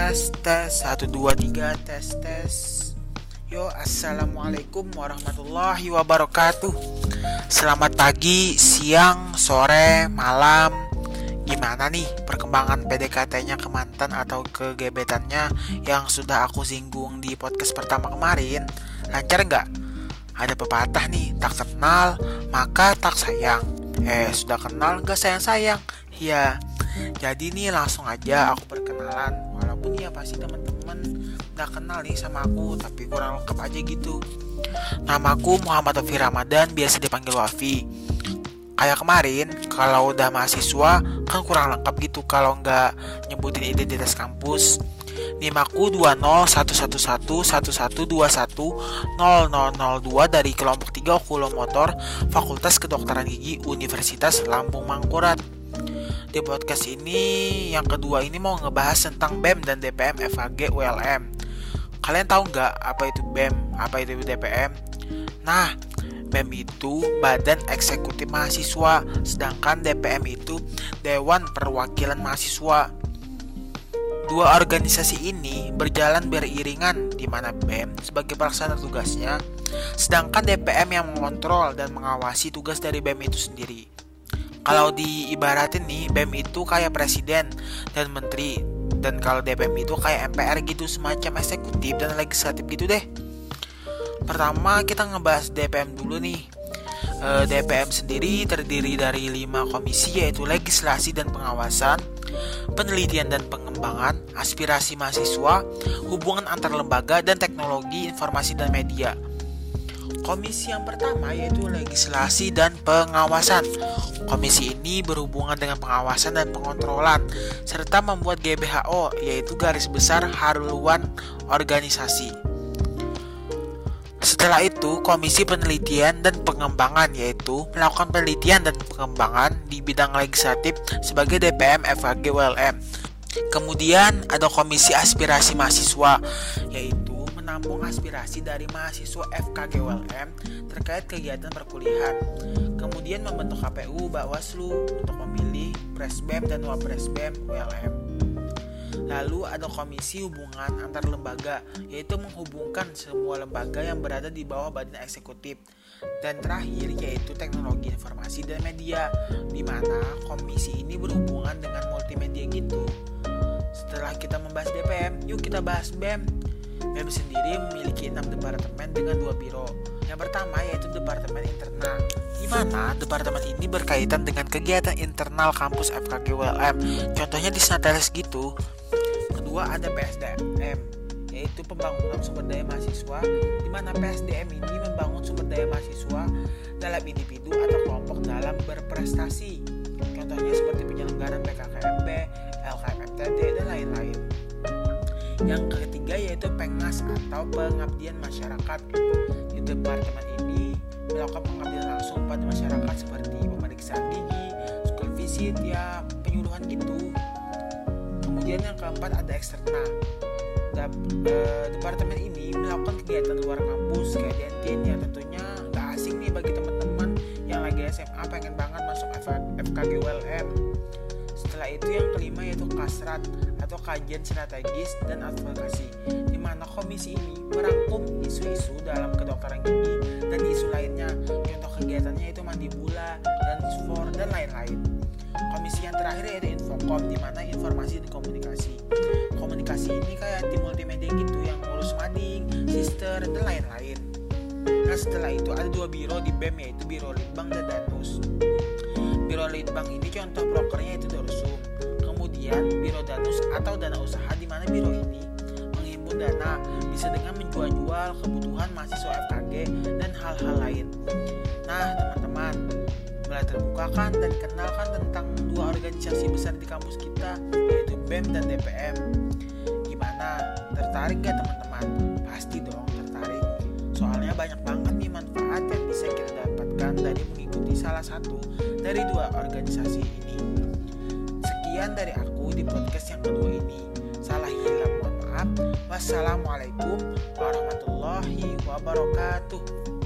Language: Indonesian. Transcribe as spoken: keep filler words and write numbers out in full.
Tes tes satu dua tiga tes tes. Yo, assalamualaikum warahmatullahi wabarakatuh. Selamat pagi, siang, sore, malam. Gimana nih perkembangan P D K T-nya ke mantan atau ke gebetannya yang sudah aku singgung di podcast pertama kemarin? Lancar nggak? Ada pepatah nih, tak kenal maka tak sayang. Eh, sudah kenal gak sayang-sayang? Ya, jadi nih langsung aja aku perkenalan. Walaupun ya pasti teman-teman udah kenal nih sama aku, tapi kurang lengkap aja gitu. Namaku Muhammad Wafi Ramadan, biasa dipanggil Wafi. Kayak kemarin, kalau udah mahasiswa kan kurang lengkap gitu kalau nggak nyebutin identitas kampus. Nimaku dua nol satu satu satu satu satu dua satu nol nol nol dua dari kelompok tiga Okulomotor Fakultas Kedokteran Gigi Universitas Lambung Mangkurat. Di podcast ini yang kedua ini mau ngebahas tentang B E M dan D P M F K G U L M. Kalian tahu nggak apa itu B E M, apa itu D P M? Nah, B E M itu Badan Eksekutif Mahasiswa, sedangkan D P M itu Dewan Perwakilan Mahasiswa. Dua organisasi ini berjalan beriringan, di mana B E M sebagai pelaksana tugasnya, sedangkan D P M yang mengontrol dan mengawasi tugas dari B E M itu sendiri. Kalau diibaratin nih, B E M itu kayak presiden dan menteri, dan kalau D P M itu kayak M P R gitu, semacam eksekutif dan legislatif gitu deh. Pertama kita ngebahas D P M dulu nih. e, D P M sendiri terdiri dari lima komisi, yaitu legislasi dan pengawasan, penelitian dan pengembangan, aspirasi mahasiswa, hubungan antar lembaga, dan teknologi informasi dan media. Komisi yang pertama yaitu legislasi dan pengawasan. Komisi ini berhubungan dengan pengawasan dan pengontrolan serta membuat G B H O, yaitu garis besar haluan organisasi. Setelah itu, Komisi Penelitian dan Pengembangan, yaitu melakukan penelitian dan pengembangan di bidang legislatif sebagai D P M F K G U L M. Kemudian ada Komisi Aspirasi Mahasiswa, yaitu menampung aspirasi dari mahasiswa F K G U L M terkait kegiatan perkuliahan. Kemudian membentuk K P U Bawaslu untuk memilih Presbem dan Wapresbem U L M. Lalu ada Komisi Hubungan Antar Lembaga, yaitu menghubungkan semua lembaga yang berada di bawah badan eksekutif. Dan terakhir yaitu Teknologi Informasi dan Media, di mana komisi ini berhubungan dengan multimedia gitu. Setelah kita membahas D P M, yuk kita bahas B E M. B E M sendiri memiliki enam departemen dengan dua biro. Yang pertama yaitu Departemen Internal, di mana departemen ini berkaitan dengan kegiatan internal kampus F K G U L M. Contohnya di Snatelis gitu. Kedua ada P S D M, yaitu Pembangunan Sumber Daya Mahasiswa, di mana P S D M ini membangun sumber daya mahasiswa dalam individu atau kelompok dalam berprestasi. Contohnya seperti penyelenggaraan P K K M B, L K M T D, dan lain-lain. Yang ketiga yaitu Pengas atau Pengabdian Masyarakat. Di departemen ini melakukan pengabdian langsung pada masyarakat seperti pemeriksaan gigi, school visit, ya penyuluhan gitu. Kemudian yang keempat ada eksternal. Dap, e, departemen ini melakukan kegiatan luar kampus kayak dentin, yang tentunya gak asing nih bagi teman-teman yang lagi S M A pengen banget masuk F K G U L M. Setelah itu yang kelima yaitu Kasrat atau Kajian Strategis dan Advokasi, di mana komisi ini merangkum isu-isu dalam kedokteran gigi dan isu lainnya. Contoh kegiatannya itu mandibula, dan spor, dan lain-lain. Komisi yang terakhir yaitu Infokom, di mana informasi dan komunikasi. Komunikasi ini kayak tim multimedia gitu yang ngurus mading, sister, dan lain-lain. Nah, setelah itu ada dua biro di B E M, yaitu Biro Litbang dan Danus. Biro Litbang ini contoh brokernya itu Dorsum. Kemudian Biro Danus atau dana usaha, di mana biro ini menghimpun dana bisa dengan menjual-jual kebutuhan mahasiswa F K G dan hal-hal lain. Nah, teman-teman, mulai terbukakan dan kenalkan tentang dua organisasi besar di kampus kita, yaitu B E M dan D P M. Gimana? Tertarik gak teman-teman? Pasti dong tertarik. Soalnya banyak banget nih manfaat yang bisa kita dapatkan dari mengikuti salah satu dari dua organisasi ini. Sekian dari aku di podcast yang kedua ini. Salah hilap mohon maaf. Wassalamualaikum warahmatullahi wabarakatuh.